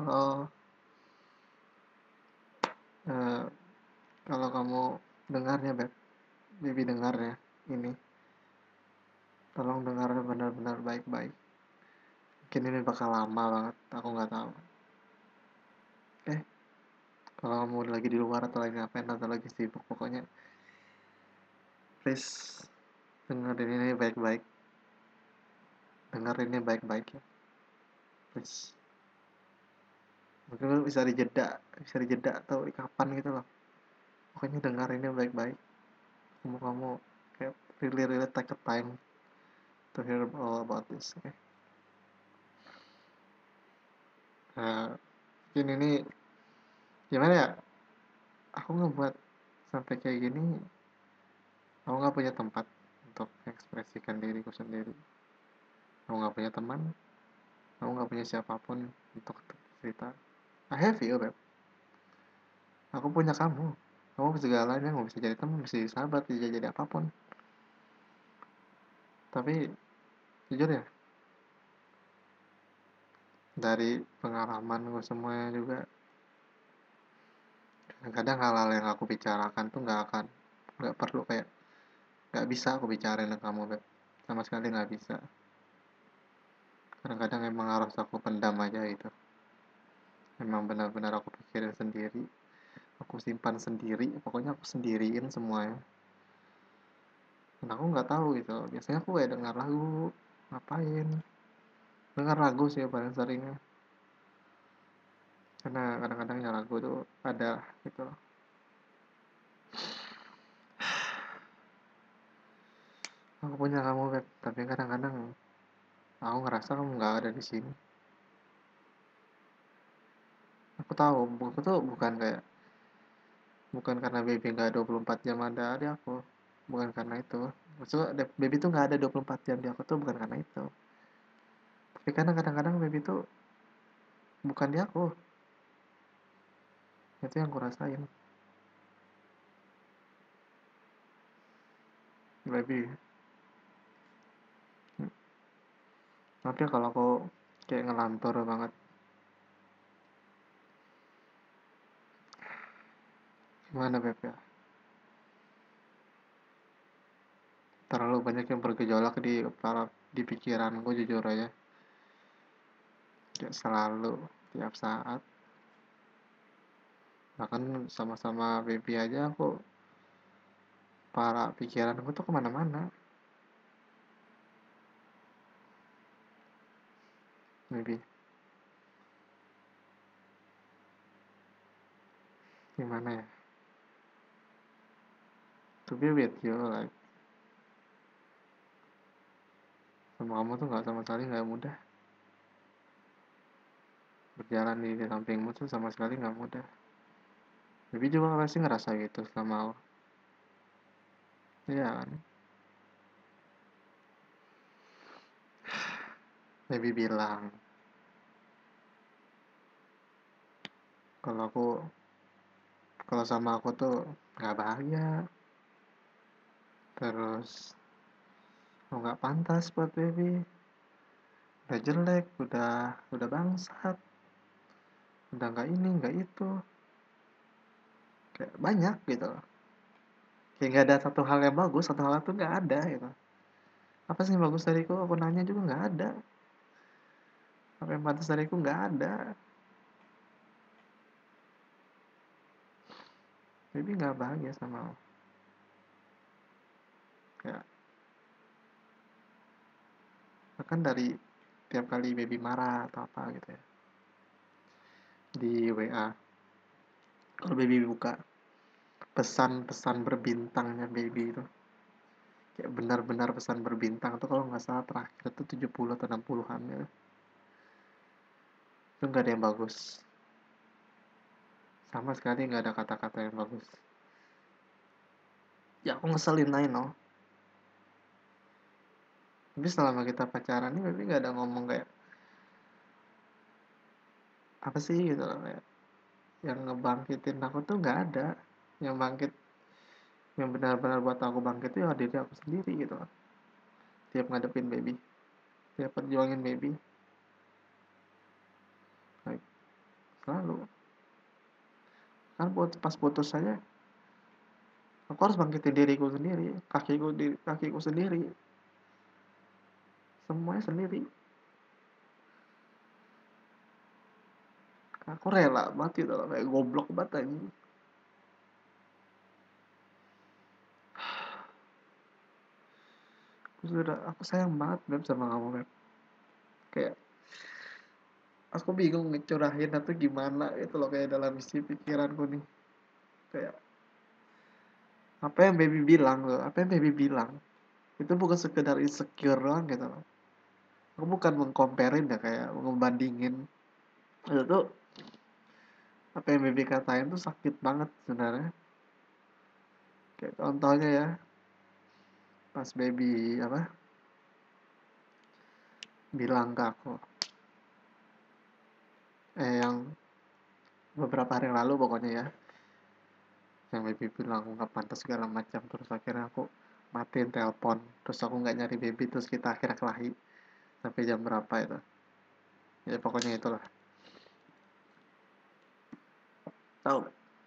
Kalau eh, kalau kamu dengarnya, Beb, Bibi dengar ya, ini, tolong dengar benar-benar baik-baik. Mungkin ini bakal lama banget, aku nggak tahu. Eh, kalau kamu lagi di luar atau lagi ngapain atau lagi sibuk, pokoknya please dengerin ini baik-baik. Dengerin ini baik-baik ya, please. Mungkin bisa dijeda atau di kapan gitu loh. Pokoknya dengerin ini baik-baik. Kamu kayak really take a time to hear all about this. Okay? Nah, mungkin ini gimana ya? Aku ngebuat sampai kayak gini, aku nggak punya tempat untuk ekspresikan diriku sendiri. Aku nggak punya teman, aku nggak punya siapapun untuk cerita. I have you, Beb. Aku punya kamu. Kamu segalanya, kamu bisa jadi teman, bisa jadi sahabat, bisa jadi apapun. Tapi jujur ya, dari pengalaman gue semuanya juga, kadang hal-hal yang aku bicarakan tuh nggak perlu kayak, nggak bisa aku bicarain ke kamu, Beb. Sama sekali nggak bisa. Kadang-kadang emang harus aku pendam aja gitu. Emang benar-benar aku pikirin sendiri, aku simpan sendiri, pokoknya aku sendiriin semuanya. Dan aku nggak tahu gitu. Biasanya aku kayak dengar lagu, ngapain? Dengar lagu sih paling seringnya. Karena kadang-kadang ya lagu tuh ada gitu loh. Aku punya kamu, Beb, tapi kadang-kadang aku ngerasa kamu nggak ada di sini. Aku tahu, aku tuh bukan karena baby nggak 24 jam ada di aku. Bukan karena itu. Maksudnya baby tuh nggak ada 24 jam di aku tuh bukan karena itu. Tapi karena kadang-kadang baby tuh bukan di aku. Itu yang aku rasain. Baby. Tapi kalau aku kayak ngelantur banget. Gimana, Beb ya? Terlalu banyak yang bergejolak di pikiranku jujur aja. Kayak selalu, tiap saat. Bahkan sama-sama baby aja aku, para pikiranku tuh kemana-mana. Baby, gimana ya? To be with you, like, sama kamu tuh nggak sama sekali nggak mudah. Berjalan di sampingmu tuh sama sekali nggak mudah. Baby juga pasti ngerasa gitu sama aku. Iya kan? Baby bilang, kalau aku, kalau sama aku tuh nggak bahagia. Terus, aku nggak pantas buat baby. Udah jelek, udah bangsat. Udah nggak ini, nggak itu. Kayak banyak gitu loh. Kayak nggak ada satu hal yang bagus, satu hal itu nggak ada gitu. Apa sih yang bagus dariku? Aku nanya juga nggak ada. Apa yang pantas dariku nggak ada. Baby nggak bahagia sama aku. Kayak, bahkan dari tiap kali baby marah atau apa gitu ya. Di WA. Kalau baby buka pesan-pesan berbintangnya baby itu. Kayak benar-benar pesan berbintang tuh kalau nggak salah terakhir tuh 70 atau 60-an ya. Itu nggak ada yang bagus. Sama sekali nggak ada kata-kata yang bagus. Ya aku ngeselin aja no. Tapi selama kita pacaran nih baby nggak ada ngomong kayak apa sih gitu loh. Kayak yang ngebangkitin aku tuh nggak ada. Yang bangkit, yang benar-benar buat aku bangkit itu ya diri aku sendiri gitu loh. Tiap ngadepin baby, tiap perjuangin baby. Like, selalu. Kan pas putus saja aku harus bangkitin diriku sendiri, kakiku sendiri, semuanya sendiri. Aku rela banget gitu loh, kayak goblok banget anjing. Aku sayang banget Beb sama kamu Beb. Kayak aku bingung ngecurahin atau gimana itu loh, kayak dalam isi pikiranku nih. Kayak apa yang baby bilang loh, apa yang baby bilang itu bukan sekedar insecure doang gitu loh. Aku bukan mengcomparein ya, kayak ngebandingin. Itu tuh apa yang baby katain tuh sakit banget sebenarnya. Kayak contohnya ya, pas baby apa bilang ke aku, yang beberapa hari yang lalu pokoknya ya, yang baby bilang aku nggak pantas segala macam, terus akhirnya aku matiin telepon, terus aku nggak nyari baby, terus kita akhirnya kelahi sampai jam berapa itu, ya pokoknya itulah. Tahu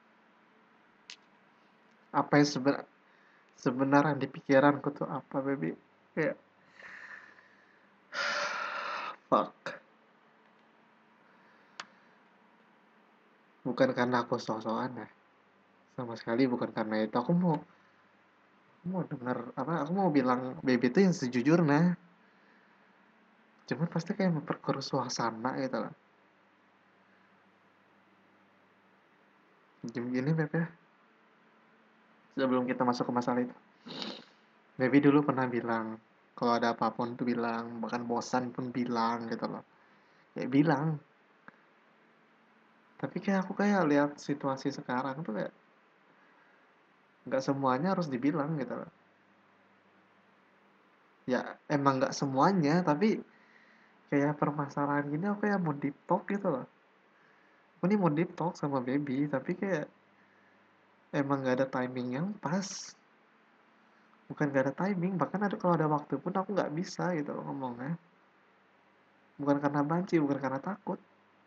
apa yang sebenarnya di pikiranku tuh apa baby, kayak fuck. Bukan karena aku sok-sokan ya, sama sekali bukan karena itu. Aku mau denger apa, aku mau bilang baby itu yang sejujurnya, cuman pasti kayak memperkeruh suasana gitu loh. Gini Beb ya, sebelum kita masuk ke masalah itu, baby dulu pernah bilang kalau ada apapun tuh bilang, bahkan bosan pun bilang gitu loh, kayak bilang. Tapi kayak aku kayak lihat situasi sekarang tuh kayak nggak semuanya harus dibilang gitu loh. Ya emang nggak semuanya, tapi kayak permasalahan gini aku kayak mau deep talk gitu loh. Aku nih mau deep talk sama baby, tapi kayak emang nggak ada timing yang pas. Bukan nggak ada timing, bahkan ada kalau ada waktu pun aku nggak bisa gitu loh ngomongnya. Bukan karena banci, bukan karena takut.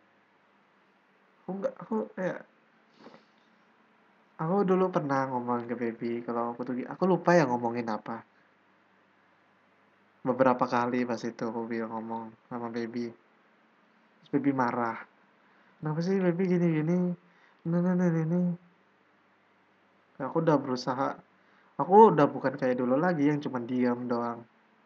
Aku kayak aku dulu pernah ngomong ke baby kalau aku lupa ya ngomongin apa. Beberapa kali pas itu aku bilang ngomong sama baby. Terus baby marah. Kenapa sih baby gini-gini? Ini. Aku udah berusaha. Aku udah bukan kayak dulu lagi yang cuma diam doang.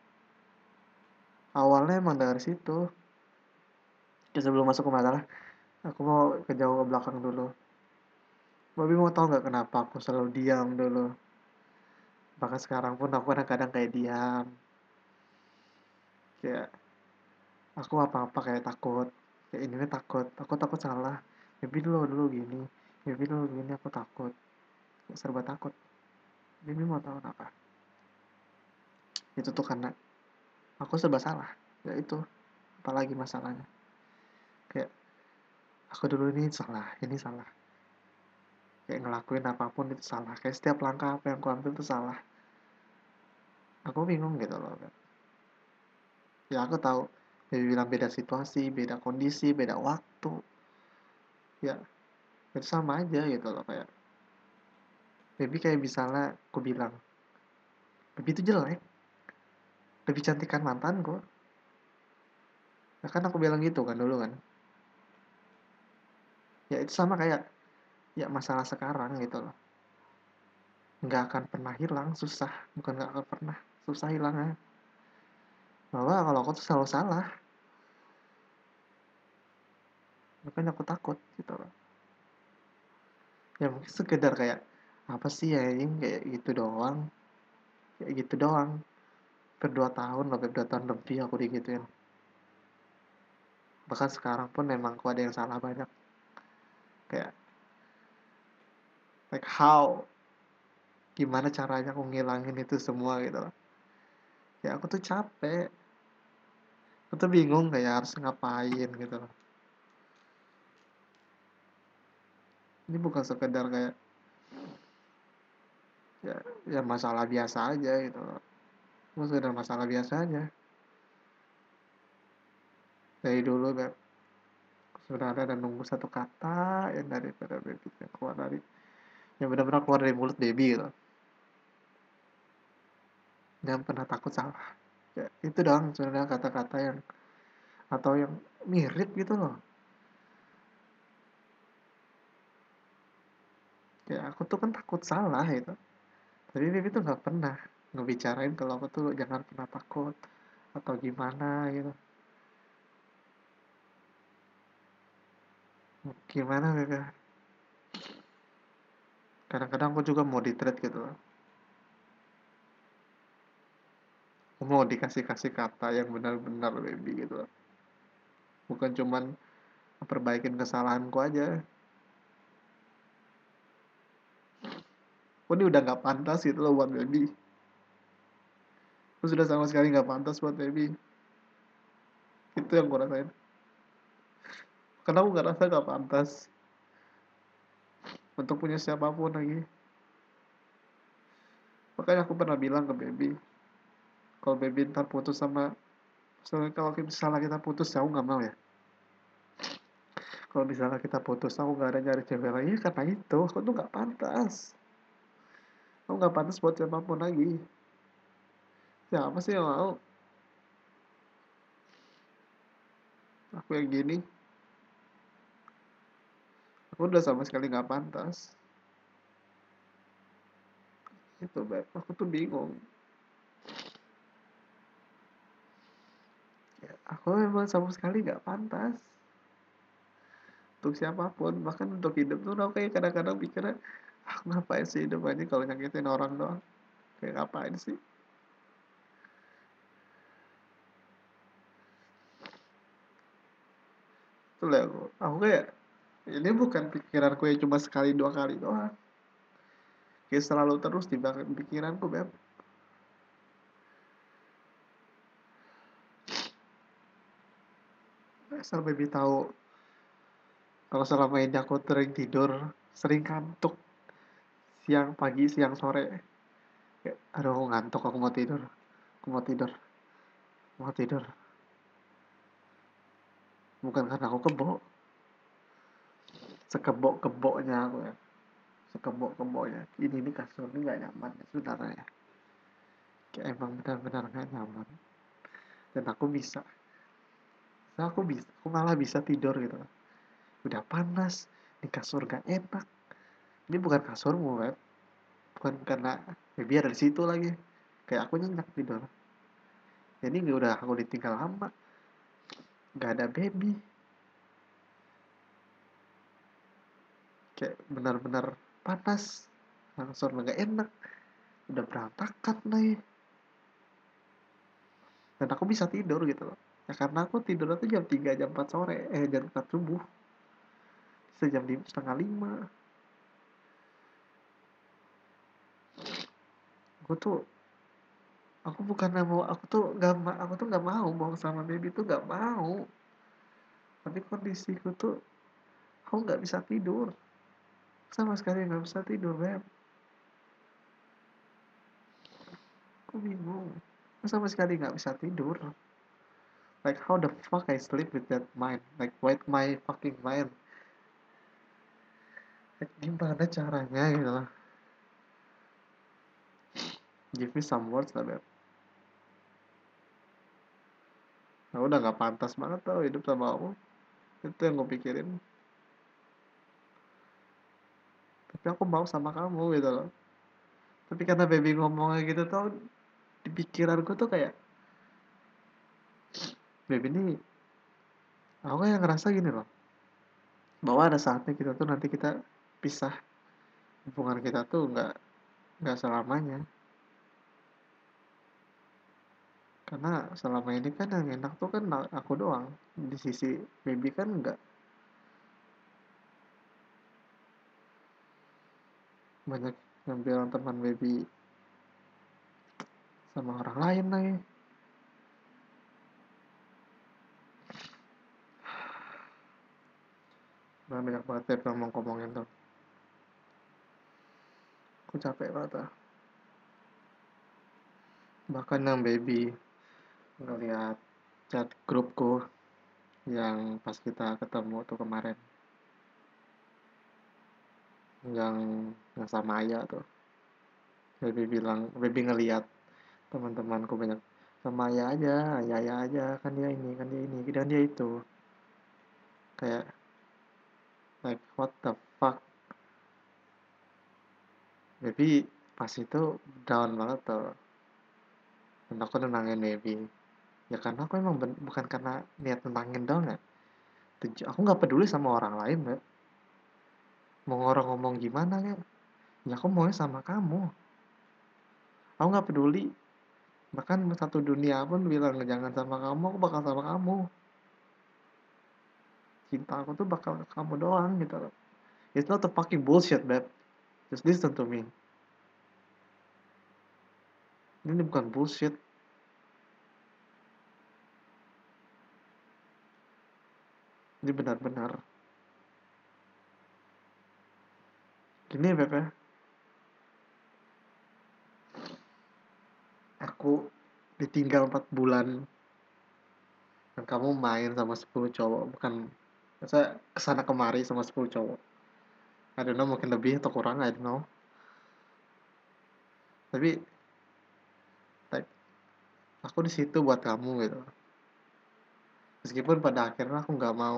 Awalnya emang dari situ. Ya, sebelum masuk ke masalah, aku mau ke jauh ke belakang dulu. Baby mau tahu nggak kenapa aku selalu diam dulu? Bahkan sekarang pun aku kadang-kadang kayak diam. Kayak aku apa-apa kayak takut. Kayak ini takut. Aku takut salah. Baby dulu gini. Baby dulu gini aku takut. Serba takut. Baby mau tahu kenapa? Itu tuh karena aku serba salah. Ya itu. Apalagi masalahnya. Kayak aku dulu ini salah. Kayak ngelakuin apapun itu salah. Kayak setiap langkah apa yang aku ambil itu salah. Aku bingung gitu loh. Ya aku tahu. Baby bilang beda situasi, beda kondisi, beda waktu. Ya itu sama aja gitu loh, kayak baby kayak misalnya aku bilang baby itu jelek, lebih cantik kan mantanku. Ya kan aku bilang gitu kan dulu kan. Ya itu sama kayak ya masalah sekarang gitu loh, nggak akan pernah hilang, susah, bukan nggak akan pernah, susah hilangnya, bahwa kalau aku tuh selalu salah. Makanya aku takut gitu loh. Ya mungkin sekedar kayak apa sih ya ini kayak gitu doang, kayak gitu doang. Berdua tahun loh, berdua tahun lebih aku digituin. Bahkan sekarang pun memang aku ada yang salah banyak. Kayak like how, gimana caranya aku ngilangin itu semua gitu loh. Ya aku tuh capek, aku tuh bingung kayak harus ngapain gitu loh. Ini bukan sekedar kayak ya, ya masalah biasa aja gitu loh. Ini sekedar masalah biasa aja. Dari dulu Beb, sebenarnya dan nunggu satu kata yang daripada baby yang keluar dari yang benar-benar keluar dari mulut baby gitu. Jangan pernah takut salah. Ya, itu dong sebenarnya kata-kata yang atau yang mirip gitu loh. Ya aku tuh kan takut salah gitu. Tapi baby tuh nggak pernah ngebicarain kalau aku tuh jangan pernah takut atau gimana gitu. Gimana bebe? Kadang-kadang aku juga mau di-treat gitu loh. Aku mau dikasih-kasih kata yang benar-benar baby gitu loh. Bukan cuman perbaikin kesalahanku aja. Aku ini udah nggak pantas gitu loh buat baby. Aku sudah sama sekali nggak pantas buat baby. Itu yang gue rasain. Karena aku nggak rasa nggak pantas untuk punya siapapun lagi. Makanya aku pernah bilang ke baby, kalau baby ntar putus sama, soalnya kalau misalnya kita putus, aku nggak mau ya. Kalau misalnya kita putus, aku nggak ada nyari cewek lagi, karena itu aku tuh nggak pantas. Aku nggak pantas buat siapapun lagi. Siapa sih yang mau? Aku yang gini, aku udah sama sekali nggak pantas. Itu beb, aku tuh bingung. Ya, aku memang sama sekali nggak pantas untuk siapapun, bahkan untuk hidup tuh aku kayak kadang-kadang pikirnya, ah ngapain sih hidup aja kalau nyakitin orang doang, kayak ngapain sih. Itu lah aku kayak ini bukan pikiranku yang cuma sekali dua kali doang, kayak selalu terus di belakang pikiranku beb. Asal baby tahu kalau selama ini aku sering tidur, sering kantuk, siang pagi siang sore, kayak aduh aku ngantuk, aku mau tidur, aku mau tidur, aku mau tidur. Bukan karena aku kebo, sekebok-keboknya aku ya, sekebok-keboknya ini kasur ini nggak nyaman sebenarnya, kayak emang benar-benar nggak nyaman. Dan aku malah bisa tidur gitu, udah panas di kasur gak enak. Ini bukan kasurmu Web, bukan karena baby ada di situ lagi, kayak aku nyenyak tidur. Jadi nggak, udah aku ditinggal lama, nggak ada baby, kayak benar-benar panas, kasur nggak enak, udah berantakan nih. Dan aku bisa tidur gitu loh, ya karena aku tidur tuh jam 3 jam 4 sore, jam 4 subuh, sejam 5, setengah 5. Aku tuh aku bukan mau, aku tuh nggak mau bohong sama baby tuh nggak mau, tapi kondisiku tuh aku nggak bisa tidur, sama sekali nggak bisa tidur Beb. Aku bingung, aku sama sekali nggak bisa tidur. Like how the fuck I sleep with that mind, like with my fucking mind, like, gimana caranya gitu lah. Give me some words lah Beb. Aku udah nggak pantas banget tau hidup sama kamu, itu yang gue pikirin. Tapi aku mau sama kamu gitu loh. Tapi karena baby ngomongnya gitu tau, di pikiranku tuh kayak baby ini, aku kayak ngerasa gini loh, bahwa ada saatnya kita tuh nanti kita pisah, hubungan kita tuh nggak selamanya. Karena selama ini kan yang enak tuh kan aku doang, di sisi baby kan nggak, banyak yang bilang teman baby sama orang lain lagi. Nah, banyak banget ya yang ngomongin tuh, aku capek banget ah. Bahkan yang baby ngeliat chat grupku, yang pas kita ketemu tuh kemarin, yang yang sama Aya tuh. Baby ngeliat teman-temanku banyak sama Aya aja, kan dia ini, dan dia itu. Kayak, like, what the fuck. Baby pas itu down banget tuh. Dan aku nenangin Baby. Ya karena aku emang bukan karena niat nenangin dong ya. Aku nggak peduli sama orang lain, Mbak. Mau orang ngomong gimana ya. Ya aku maunya sama kamu. Aku nggak peduli. Bahkan satu dunia pun bilang jangan sama kamu, aku bakal sama kamu. Cinta aku tuh bakal ke kamu doang gitu loh. It's not a fucking bullshit, babe. Just listen to me. Ini bukan bullshit. Ini benar-benar. Gini, babe ya. Aku ditinggal 4 bulan dan kamu main sama 10 cowok. Bukan, saya kesana kemari sama 10 cowok. I don't know, mungkin lebih atau kurang, I don't know. Tapi, like, aku di situ buat kamu gitu. Meskipun pada akhirnya aku nggak mau.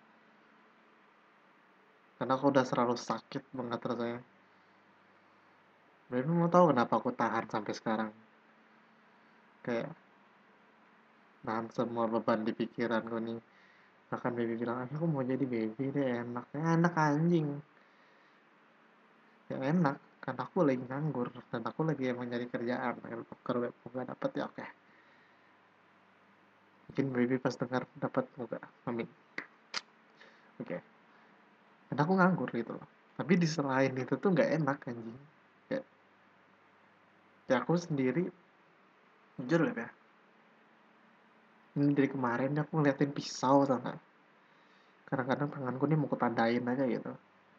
Karena aku udah selalu sakit banget rasanya. Baby mau tahu kenapa aku tahan sampai sekarang? Kayak nahan semua beban di pikiranku nih. Bahkan baby bilang, aku mau jadi baby deh, enak. Ya, enak anjing. Ya enak, karena aku lagi nganggur. Dan aku lagi emang nyari kerjaan. Kalau nggak dapet ya oke. Mungkin baby pas dengar dapat enggak. Amin. Oke. Karena aku nganggur gitu loh. Tapi di selain itu tuh nggak enak anjing. Kayak, ya aku sendiri, jujur ya. Ini dari kemarin aku ngeliatin pisau tau gak? Kadang-kadang tanganku nih mau ketandain aja gitu.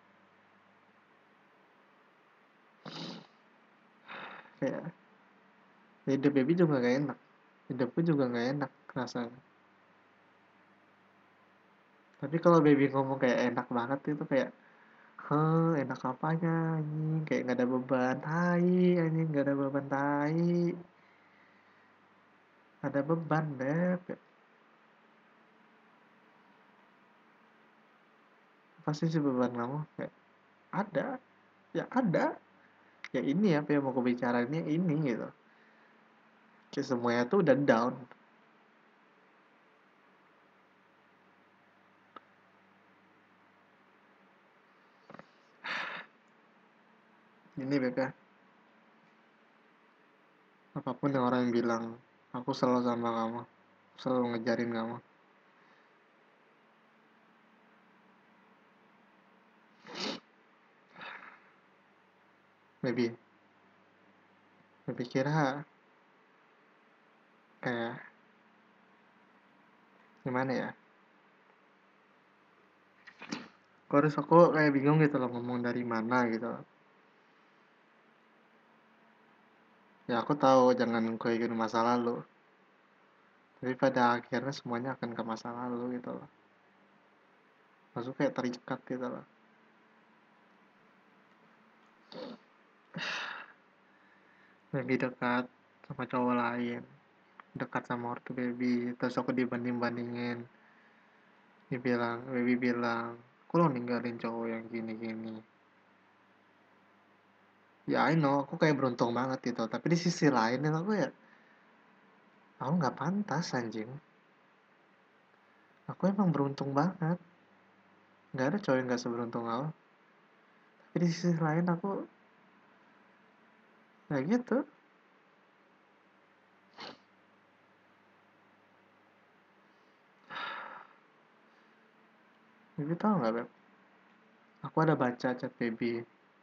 Kayak hidup baby juga gak enak. Hidupku juga gak enak rasanya. Tapi kalau baby ngomong kayak enak banget itu kayak, enak apanya anjing, kayak gak ada beban tai, anjing gak ada beban tai. Ada beban deh. Pasti sih beban kamu kayak ada, ya ada. Ya ini apa yang mau aku bicarainnya ini gitu. Kayak semuanya tuh udah down. Ini Beb ya, apapun yang orang yang bilang, aku selalu sama kamu, selalu ngejarin kamu. Baby, baby kira kayak gimana ya? Aku kayak bingung gitu loh ngomong dari mana gitu. Ya aku tahu jangan kayak gini masa lalu. Tapi pada akhirnya semuanya akan ke masa lalu gitu loh. Maksudnya kayak terikat gitu loh. Baby dekat sama cowok lain. Dekat sama ortu baby. Terus aku dibanding-bandingin. Baby bilang, aku lo ninggalin cowok yang gini-gini. Ya I know, aku kayak beruntung banget gitu. Tapi di sisi lain aku ya, aku nggak pantas anjing. Aku emang beruntung banget. Nggak ada cowok yang nggak seberuntung aku. Tapi di sisi lain aku, ya gitu. Baby tau nggak, Beb? Aku ada baca chat baby.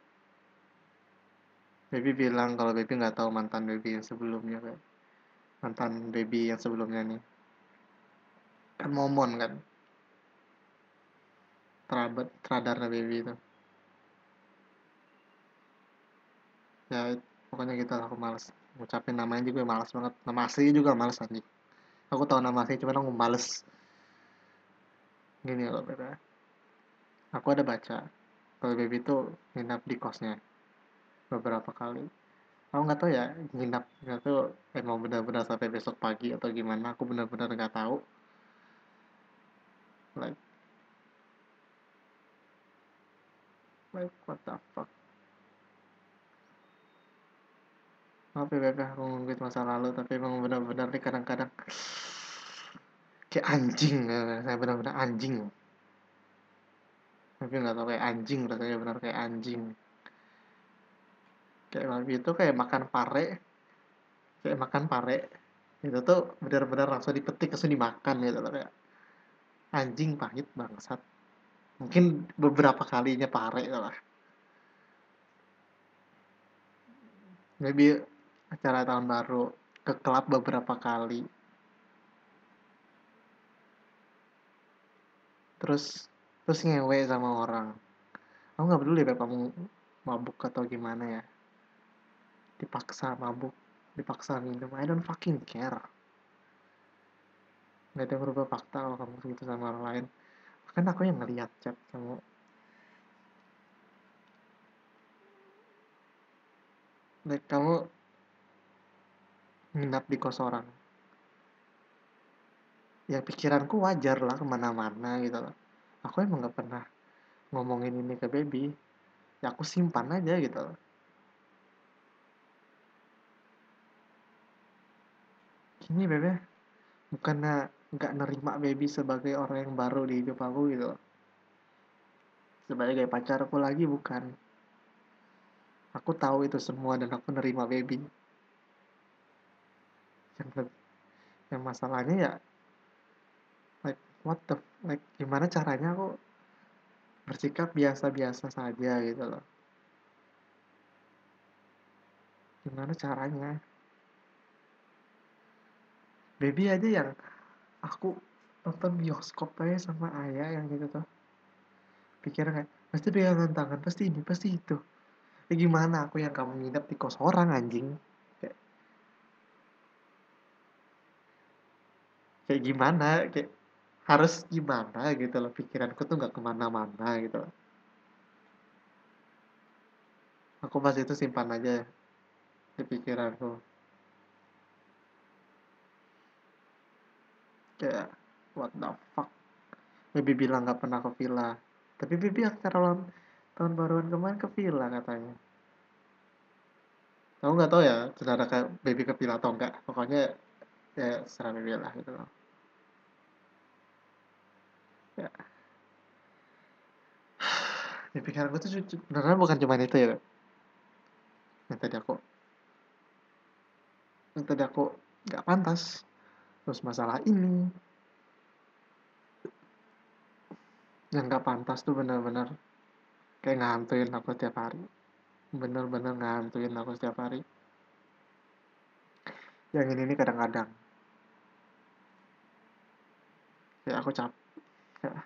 Baby bilang kalau baby nggak tahu mantan baby yang sebelumnya, Beb. Mantan baby yang sebelumnya nih. Kan momon kan. Teradarnya baby itu. Ya, pokoknya gitu lah, aku males. Ngucapin namanya juga males banget. Nama asli juga males anjing. Aku tahu nama asli, cuman aku males. Gini loh Beb ya. Aku ada baca kalau baby tuh nginap di kosnya beberapa kali. Aku nggak tahu ya nginapnya tuh emang benar-benar sampai besok pagi atau gimana. Aku benar-benar nggak tahu. Like what the fuck. Maaf ya Beb ya, aku ngungkit masa lalu tapi emang benar-benar nih kadang-kadang kayak anjing ya. Saya benar-benar anjing. Tapi nggak tahu kayak anjing rasanya benar kayak anjing. Kayak babi itu kayak makan pare. Itu tuh benar-benar langsung dipetik langsung dimakan gitu loh kayak anjing pahit bangsat. Mungkin beberapa kalinya pare lah. Maybe acara tahun baru ke klub beberapa kali. Terus terus ngewe sama orang. Aku nggak peduli ya kamu mabuk atau gimana ya. Dipaksa mabuk, dipaksa minum. I don't fucking care. Gak ada yang berubah fakta kalau kamu gitu sama orang lain. Kan aku yang ngeliat chat kamu. Like, kamu nginap di kos orang. Ya pikiranku wajar lah kemana-mana gitu loh. Aku emang gak pernah ngomongin ini ke baby. Ya aku simpan aja gitu loh. Gini bebe, bukannya nggak nerima baby sebagai orang yang baru di hidup aku gitu loh. Sebagai pacar aku lagi bukan. Aku tahu itu semua dan aku nerima baby. Yang, yang masalahnya ya, like what the, like gimana caranya aku bersikap biasa-biasa saja gitu loh. Gimana caranya? Baby aja yang aku nonton bioskop aja sama ayah yang gitu tuh. Pikirnya kayak, pasti pegangan tangan, pasti ini, pasti itu. Ya gimana aku yang kamu nginep di kos orang anjing? Kayak, kayak gimana? Kayak harus gimana gitu loh. Pikiranku tuh nggak kemana-mana gitu loh. Aku pas itu simpan aja di pikiranku. Kayak, what the fuck? Baby bilang nggak pernah ke villa. Tapi Baby acara ulang tahun baruan kemarin ke villa katanya. Aku nggak tahu ya, saudara ke Baby ke villa atau enggak. Pokoknya ya serah Baby lah gitu loh. Ya, di pikiranku tuh beneran bukan cuma itu ya. Yang tadi aku, yang tadi aku nggak pantas. Terus masalah ini, yang nggak pantas tuh bener-bener kayak ngantuin aku setiap hari. Bener-bener ngantuin aku setiap hari. Yang ini kadang-kadang kayak aku capek. Kayak,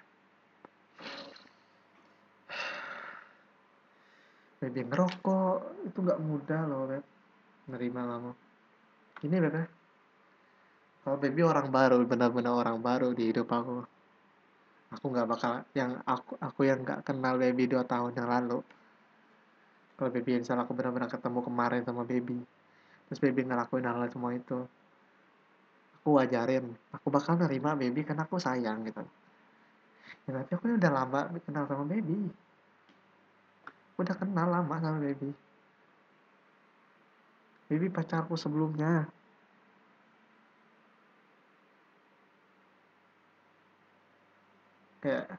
Baby ngerokok itu nggak mudah loh, Beb. Nerima kamu. Ini Beb ya. Kalau Baby orang baru, benar-benar orang baru di hidup aku. Aku nggak bakal yang aku yang nggak kenal Baby 2 tahun yang lalu. Kalau Baby insya Allah aku benar-benar ketemu kemarin sama Baby. Terus Baby ngelakuin hal semua itu. Aku wajarin. Aku bakal nerima Baby karena aku sayang gitu. Ya, tapi aku udah lama kenal sama Baby. Aku udah kenal lama sama Baby. Baby pacarku sebelumnya. Kayak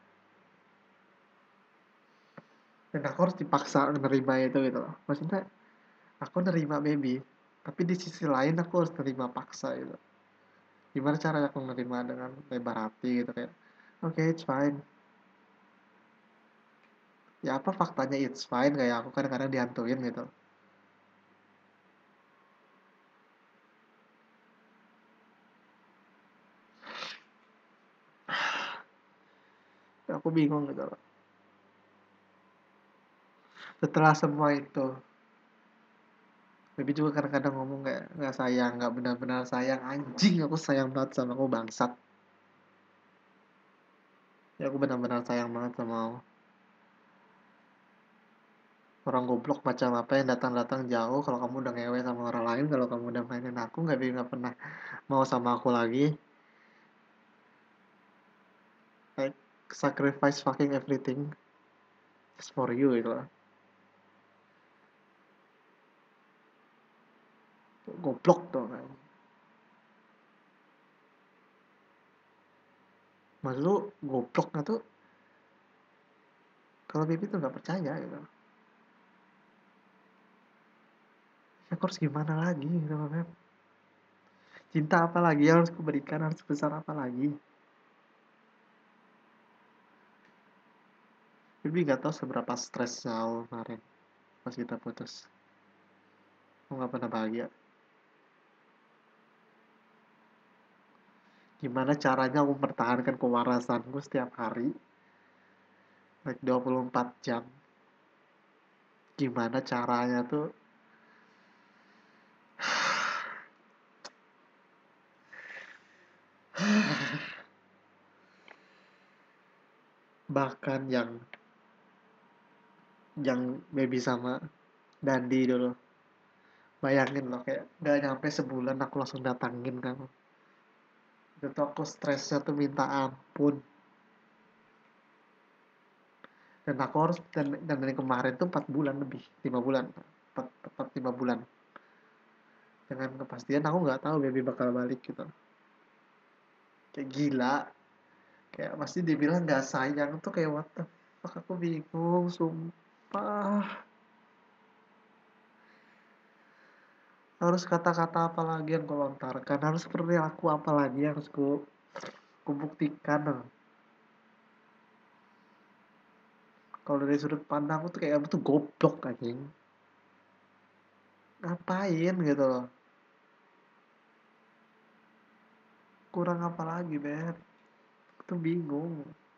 dan aku harus dipaksa menerima itu gitu loh. Maksudnya aku nerima Baby. Tapi di sisi lain aku harus terima paksa gitu. Gimana caranya aku menerima dengan lebar hati gitu kayak oke okay, it's fine. Ya apa faktanya it's fine kayak aku kadang-kadang dihantuin gitu. Aku bingung gitu loh. Setelah semua itu Baby juga kadang-kadang ngomong kayak nggak sayang, nggak benar-benar sayang anjing. Aku sayang banget sama aku bangsat. Ya aku benar-benar sayang banget sama orang goblok macam apa yang datang-datang jauh kalau kamu udah ngewe sama orang lain, kalau kamu udah mainin aku nggak pernah mau sama aku lagi. Like sacrifice fucking everything just for you gitu lah. Goblok tuh kan. Maksud lu gobloknya tuh kalau Bibi tuh nggak percaya gitu. Ya aku harus gimana lagi gitu kan. Cinta apa lagi yang harus kuberikan, harus besar apa lagi. Bibi nggak tahu seberapa stresnya aku kemarin pas kita putus. Aku nggak pernah bahagia. Gimana caranya aku mempertahankan kewarasanku setiap hari, like 24 jam. Gimana caranya tuh bahkan yang baby sama Dandi dulu. Bayangin loh kayak gak nyampe sebulan aku langsung datangin kamu. Itu aku stresnya tuh minta ampun. Dan aku harus dan dari kemarin tuh 4 bulan lebih, 5 bulan. 4 5 bulan. Dengan kepastian aku nggak tahu baby bakal balik gitu. Kayak gila. Kayak pasti dibilang nggak sayang tuh kayak what the fuck, aku bingung sumpah. Harus kata-kata apa lagi yang kau lontarkan, harus seperti aku apa lagi yang harus kubuktikan. Kalau dari sudut pandang aku tuh kayak kamu tuh goblok anjing. Ngapain gitu loh. Kurang apa lagi, Ben? Aku tuh bingung.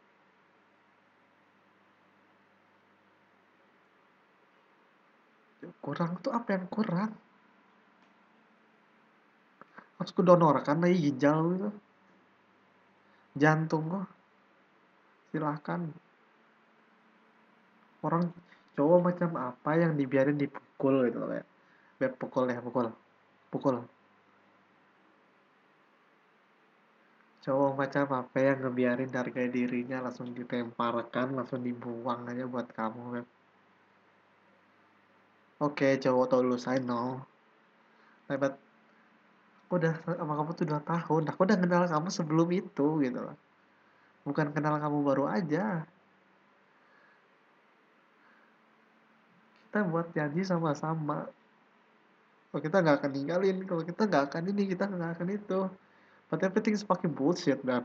Kurang tuh apa yang kurang? Harus kudonorkan lagi ginjal gitu. Jantung kok. Silahkan. Orang cowok macam apa yang dibiarin dipukul gitu loh kayak. Beb pukul ya, pukul. Pukul. Cowok macam apa yang ngebiarin harga dirinya langsung ditemparkan, langsung dibuang aja buat kamu, Beb. Oke, cowok tau lu, I know. But aku udah sama kamu tuh 2 tahun. Aku udah kenal kamu sebelum itu gitu loh. Bukan kenal kamu baru aja. Kita buat janji sama-sama. Kalau kita nggak akan ninggalin, kalau kita nggak akan ini, kita nggak akan itu. But everything is fucking bullshit, man.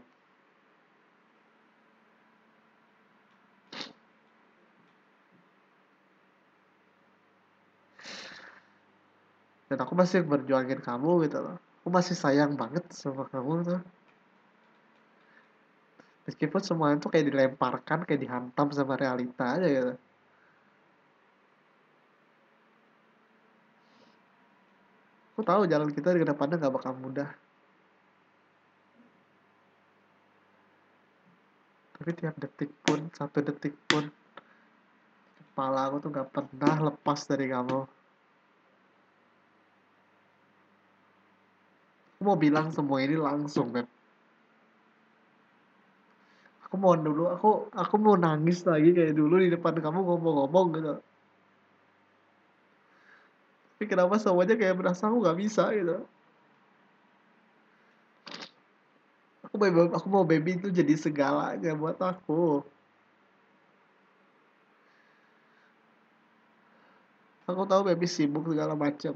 Dan aku masih berjuangin kamu gitu loh. Aku masih sayang banget sama kamu tuh. Meskipun semuanya tuh kayak dilemparkan, kayak dihantam sama realita aja gitu. Aku tahu jalan kita di depannya nggak bakal mudah. Tapi tiap detik pun, 1 detik pun, kepala aku tuh nggak pernah lepas dari kamu. Aku mau bilang semua ini langsung, Beb. Aku mau dulu, aku mau nangis lagi kayak dulu di depan kamu ngomong-ngomong gitu. Tapi kenapa semuanya kayak berasa aku nggak bisa gitu. Aku mau baby itu jadi segalanya buat aku. Aku tahu baby sibuk segala macam.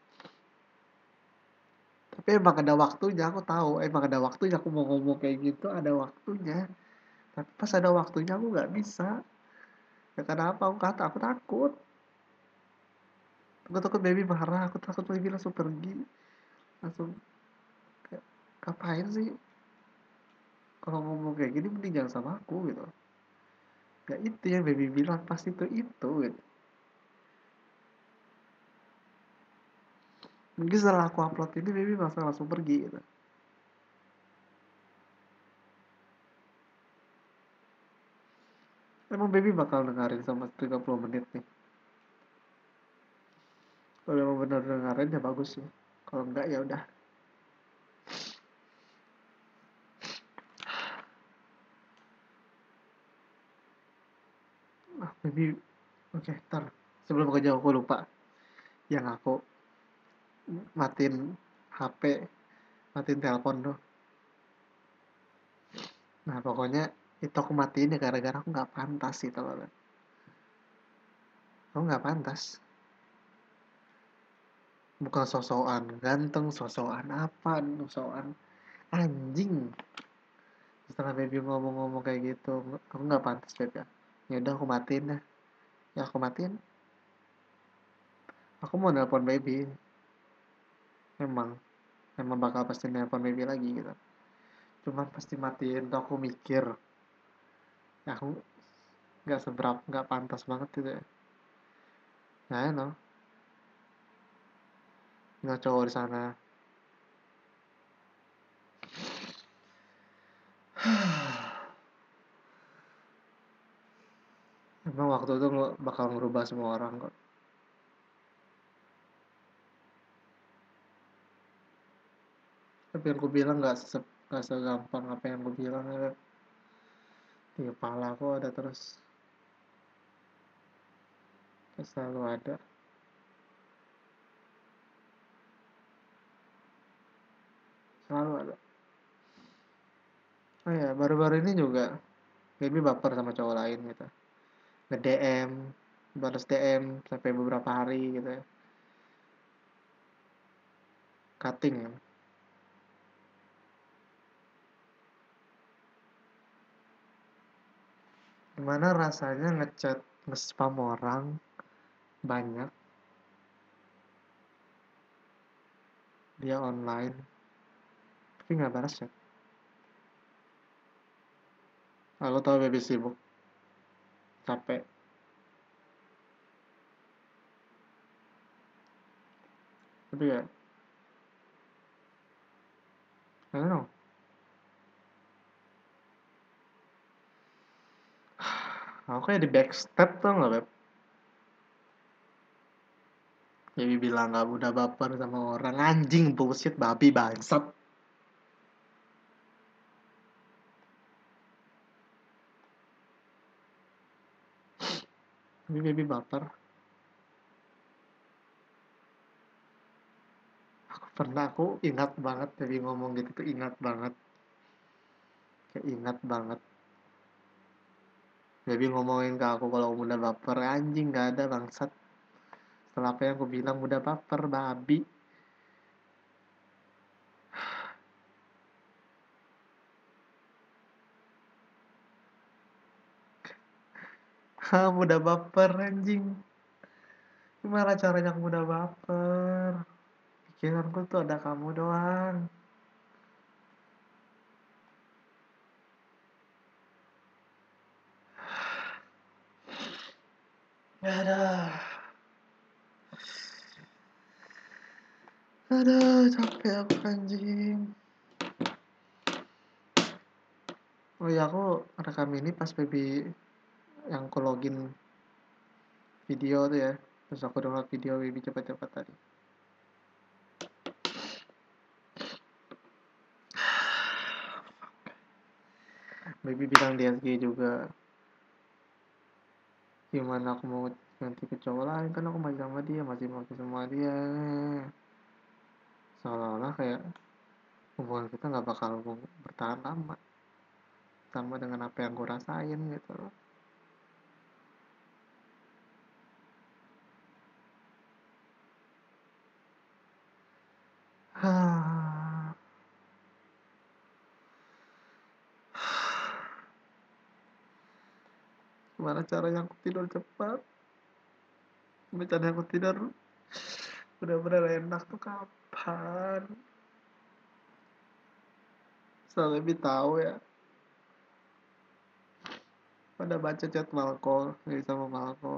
Tapi emang ada waktunya, aku tahu. Emang ada waktunya aku mau ngomong kayak gitu, ada waktunya. Tapi pas ada waktunya aku nggak bisa. Ya karena apa? Aku takut. Aku takut baby marah, aku takut baby langsung pergi. Langsung kayak, ngapain sih? Kalau ngomong kayak gini mending jangan sama aku gitu. Ya itu yang baby bilang pasti itu gitu. Mungkin setelah aku upload ini baby langsung pergi gitu. Emang baby bakal dengerin sama 30 menit nih? Kalau emang bener dengerin ya bagus sih. Kalau enggak ya udah. Ah, baby. Oke, ntar. Sebelum ke jauh aku lupa. Yang aku matiin HP, matiin telepon tuh. Nah, pokoknya itu aku matiin ya gara-gara aku nggak pantas sih kalau aku nggak pantas. Bukan sosokan ganteng, sosokan apa, sosokan anjing. Setelah baby ngomong-ngomong kayak gitu, aku nggak pantas baby. Ya udah aku matiin dah. Ya aku matiin. Aku mau nelpon baby. Memang, memang bakal pasti nelpon baby lagi gitu. Cuman pasti matiin tuh aku mikir. Ya aku nggak seberapa, nggak pantas banget gitu ya. Nah, you know, nggak cowok di sana. Emang waktu itu bakal ngerubah semua orang kok. Tapi yang aku bilang nggak segampang apa yang aku bilang ya. Di kepala aku ada terus, selalu ada. Selalu ada. Oh ya, baru-baru ini juga baby baper sama cowok lain gitu. Nge-DM, balas DM sampai beberapa hari gitu ya. Cutting kan. Gimana rasanya ngechat, nge-spam orang banyak, dia online, tapi nggak balas chat. Aku tahu baby sibuk, capek. Tapi ya, I don't know. Aku kayak di backstep tuh nggak, Beb? Baby bilang nggak udah baper sama orang. Anjing, bullshit, babi, bangsat. Tapi baby baper. Aku ingat banget baby ngomong gitu tuh, ingat banget. Kayak ingat banget. Baby ngomongin ke aku kalau muda baper. Anjing, nggak ada bangsat. Setelah apa yang aku bilang muda baper, babi. Hah, muda baper anjing. Gimana caranya aku muda baper? Pikiranku tuh ada kamu doang. Ada. Aduh, capek aku anjing. Oh iya, aku rekam ini pas baby yang aku login video tuh ya. Terus aku download video baby cepat-cepat tadi. Baby bilang di SG juga, gimana aku mau ganti ke cowok lain, kan aku masih sama dia, masih sama dia. Seolah-olah kayak hubungan kita nggak bakal bertahan lama, sama dengan apa yang gue rasain gitu loh. Gimana caranya aku tidur cepat? Gimana caranya aku tidur benar-benar enak tuh kapan? Soalnya lebih tahu ya. Pada baca chat Malko, dari sama Malko.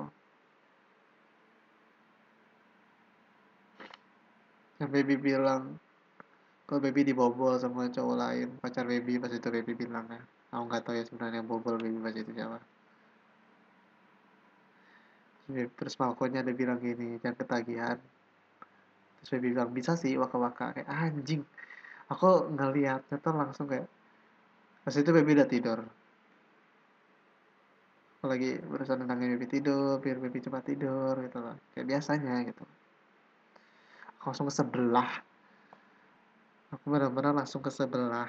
Yang baby bilang, kalau baby dibobol sama cowok lain, pacar baby pas itu baby bilang ya. Aku nggak tahu ya sebenarnya yang bobol baby pas itu siapa. Terus Malkonya ada bilang gini, jangan ketagihan. Terus Baby bilang, bisa sih waka-waka. Kayak anjing. Aku ngeliatnya tuh langsung kayak, pas itu Baby udah tidur. Aku lagi berusaha nenangin Baby tidur, biar Baby cepat tidur gitu loh. Kayak biasanya gitu. Aku langsung ke sebelah. Aku benar-benar langsung ke sebelah.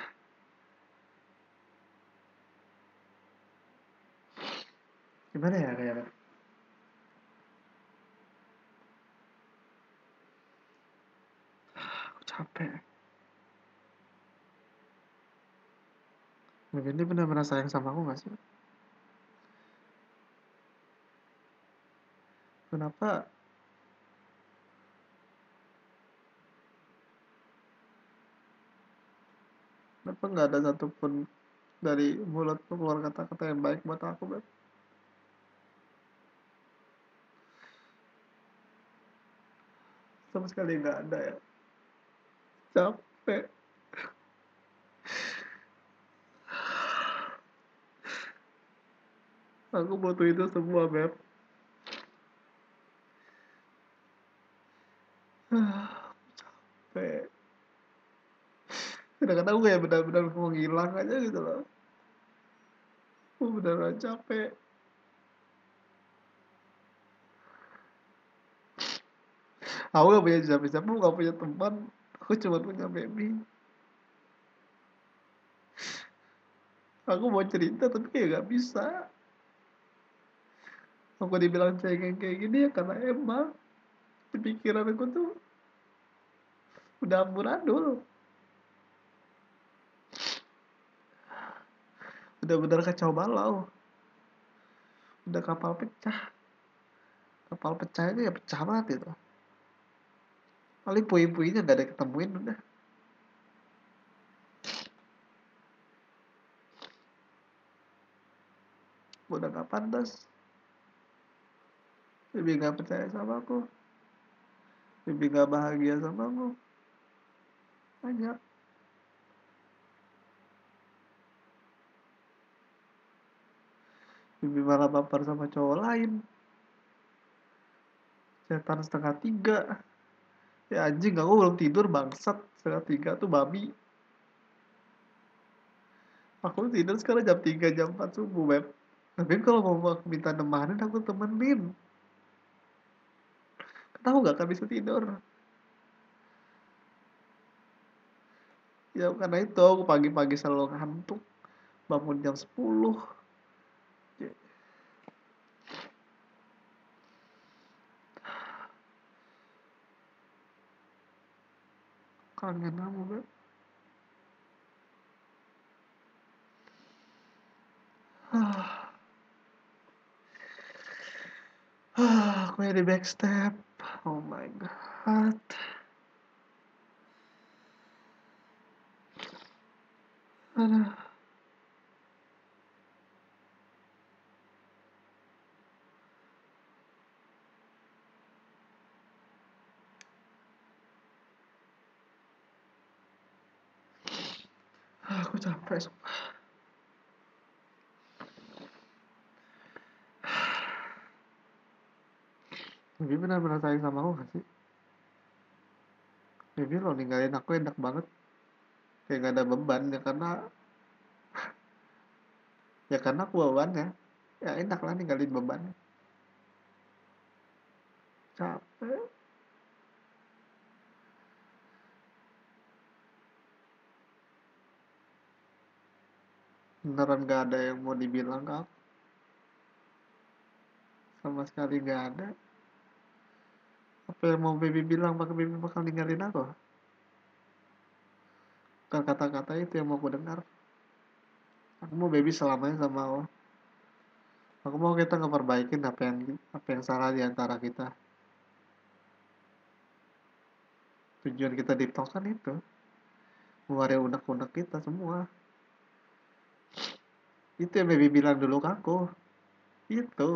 Gimana ya kayak, aku capek. Baby ini benar-benar sayang sama aku gak sih? Kenapa kenapa nggak ada satupun dari mulutku keluar kata-kata yang baik buat aku, Beb? Sama sekali nggak ada ya. Capek. Aku butuh itu semua, Beb. Capek. Kadang-kadang aku kayak benar-benar mau ngilang aja gitu loh. Aku benar-benar capek. Aku gak punya siapa-siapa, aku gak punya teman. Aku cuma punya Baby. Aku mau cerita tapi kayak gak bisa. Aku dibilang cengeng kayak gini ya karena emang di pikiran aku tuh udah amburadul. Udah benar kacau balau. Udah kapal pecah. Kapal pecah itu ya pecah banget itu. Paling puing-puingnya gak ada ketemuin udah. Udah gak pantas. Baby gak percaya sama aku. Baby gak bahagia sama aku. Banyak. Baby malah baper sama cowok lain. Setan setengah tiga. Ya anjing, aku belum tidur bangsat. Setengah tiga tuh babi. Aku tidur sekarang jam 3 jam 4 subuh, Beb. Tapi kalau mau aku minta nemanin, aku temenin. Tahu gak kan bisa tidur. Ya karena itu aku pagi-pagi selalu ngantuk. Bangun jam 10. Ya, kangen kamu, Beb. Aku ya di backstep. Oh my god. Aduh, aku capek. Bibi benar-benar sayang sama aku gak sih? Bibi lo ninggalin aku enak banget. Kayak gak ada beban ya karena aku bebannya. Ya enak lah ninggalin beban. Capek. Beneran gak ada yang mau dibilang ke aku. Sama sekali gak ada. Apa yang mau Baby bilang Baby bakal ninggalin aku? Bukan kata-kata itu yang mau aku dengar. Aku mau Baby selamanya sama aku. Aku mau kita ngeperbaikin apa yang salah di antara kita. Tujuan kita di talk kan itu. Ngeluarin unek-unek kita semua. Itu yang Baby bilang dulu ke aku. Itu.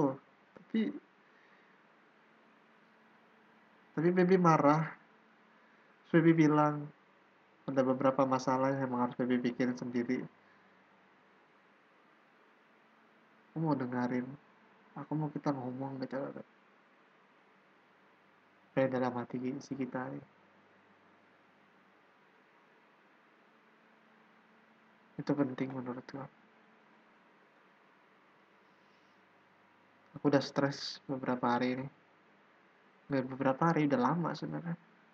Tapi Baby marah. Terus Baby bilang ada beberapa masalah yang emang harus Baby pikirin sendiri. Aku mau dengerin. Aku mau kita ngomong ke cara. apa yang dalam hati si kita nih. Itu penting menurutku. Aku udah stres beberapa hari ini. Nggak beberapa hari, udah lama sebenarnya.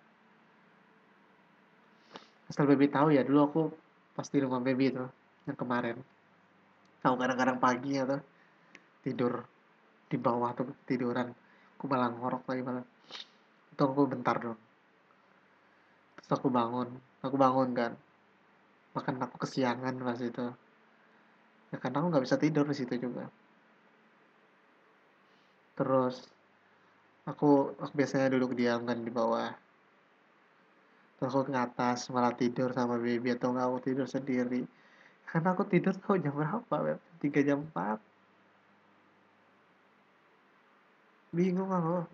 Asal baby tahu ya, dulu aku pas di rumah baby itu yang kemarin, aku kadang-kadang pagi atau tidur di bawah tuh tiduran, aku malah ngorok lagi malah. Itu aku bentar dong, terus aku bangun kan, bahkan aku kesiangan pas itu, ya karena aku nggak bisa tidur di situ juga. Terus aku biasanya duduk diam kan di bawah, terus aku ke atas malah tidur sama baby, atau nggak aku tidur sendiri. Karena aku tidur tahu jam berapa, Beb? 3 jam 4. Bingung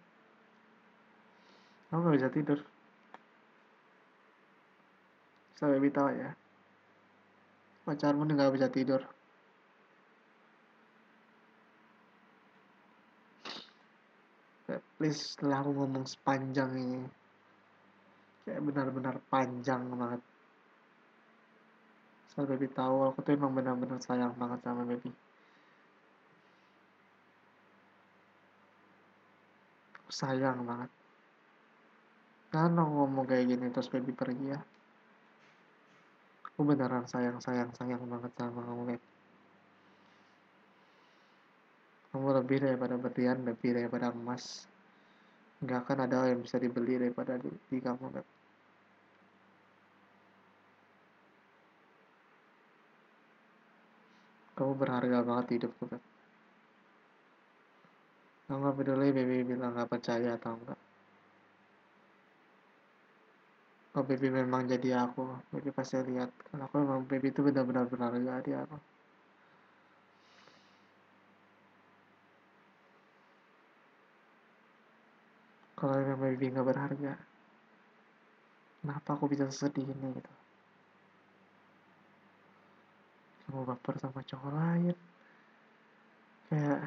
aku nggak bisa tidur. Saya baby tahu ya, pacarmu nih nggak bisa tidur. Kayak, please, setelah aku ngomong sepanjang ini, kayak benar-benar panjang banget. Saya baby tahu aku tuh emang benar-benar sayang banget sama baby. Aku sayang banget. Jangan aku ngomong kayak gini terus baby pergi ya. Aku beneran sayang banget sama kamu, baby. Kamu lebih daripada berlian, lebih daripada emas. Nggak akan ada yang bisa dibeli daripada di kamu, baby. Kamu berharga banget di hidupku, baby. Kamu nggak peduli baby bilang nggak percaya atau enggak. Kalau baby memang jadi aku, baby pasti lihat. Kalau aku memang baby itu benar-benar berharga di aku. Kalau memang baby nggak berharga, kenapa aku bisa sedih ini gitu? Kamu baper sama cowok lain. Kayak,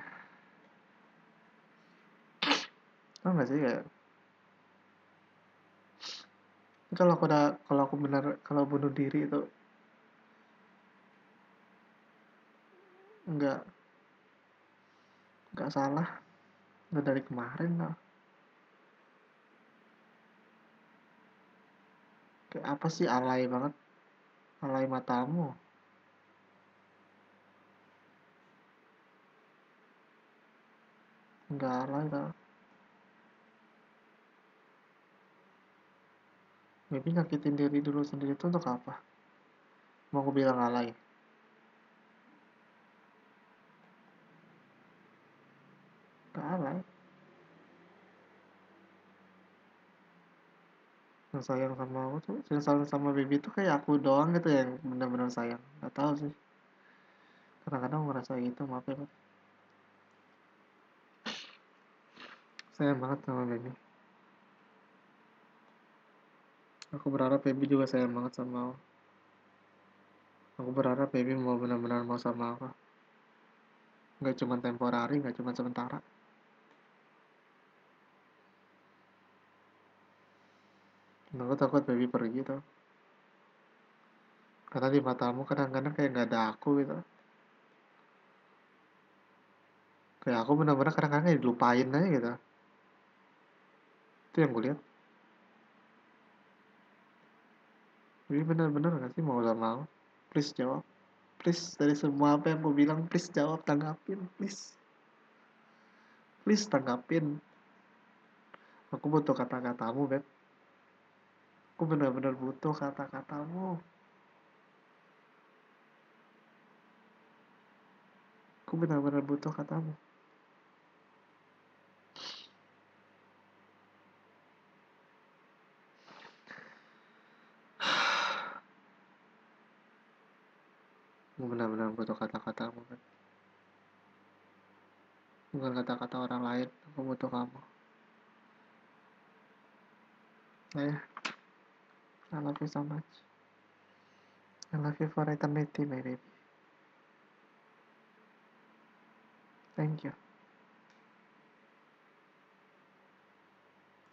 tau gak sih kayak, kalau aku benar, kalau bunuh diri itu nggak nggak salah, nggak dari kemarin lah. Kayak apa sih, alay banget, alay matamu, nggak alay tau. Baby nyakitin diri dulu sendiri itu untuk apa? Mau aku bilang alay? Nggak alay. Yang sayang sama aku tuh, yang sayang sama baby tuh kayak aku doang gitu yang benar-benar sayang. Nggak tahu sih. Kadang-kadang aku ngerasa gitu, maaf ya. Sayang banget sama baby. Aku berharap baby juga sayang banget sama aku. Aku berharap baby mau benar-benar mau sama aku. Nggak cuma temporari, nggak cuma sementara. Aku takut baby pergi tuh. Karena di matamu kadang-kadang kayak nggak ada aku gitu. Kayak aku benar-benar kadang-kadang kayak dilupain aja gitu. Itu yang gue lihat. Baby benar-benar nggak sih mau sama aku? Please jawab. Please, dari semua apa yang aku bilang, please jawab, tanggapin, please. Please tanggapin. Aku butuh kata-katamu, Beb. Aku benar-benar butuh kata-katamu. Aku benar-benar butuh katamu. Aku benar-benar butuh kata-katamu, Beb. Bukan kata-kata orang lain. Aku butuh kamu. Nah ya, I love you so much. I love you for eternity, my baby. Thank you.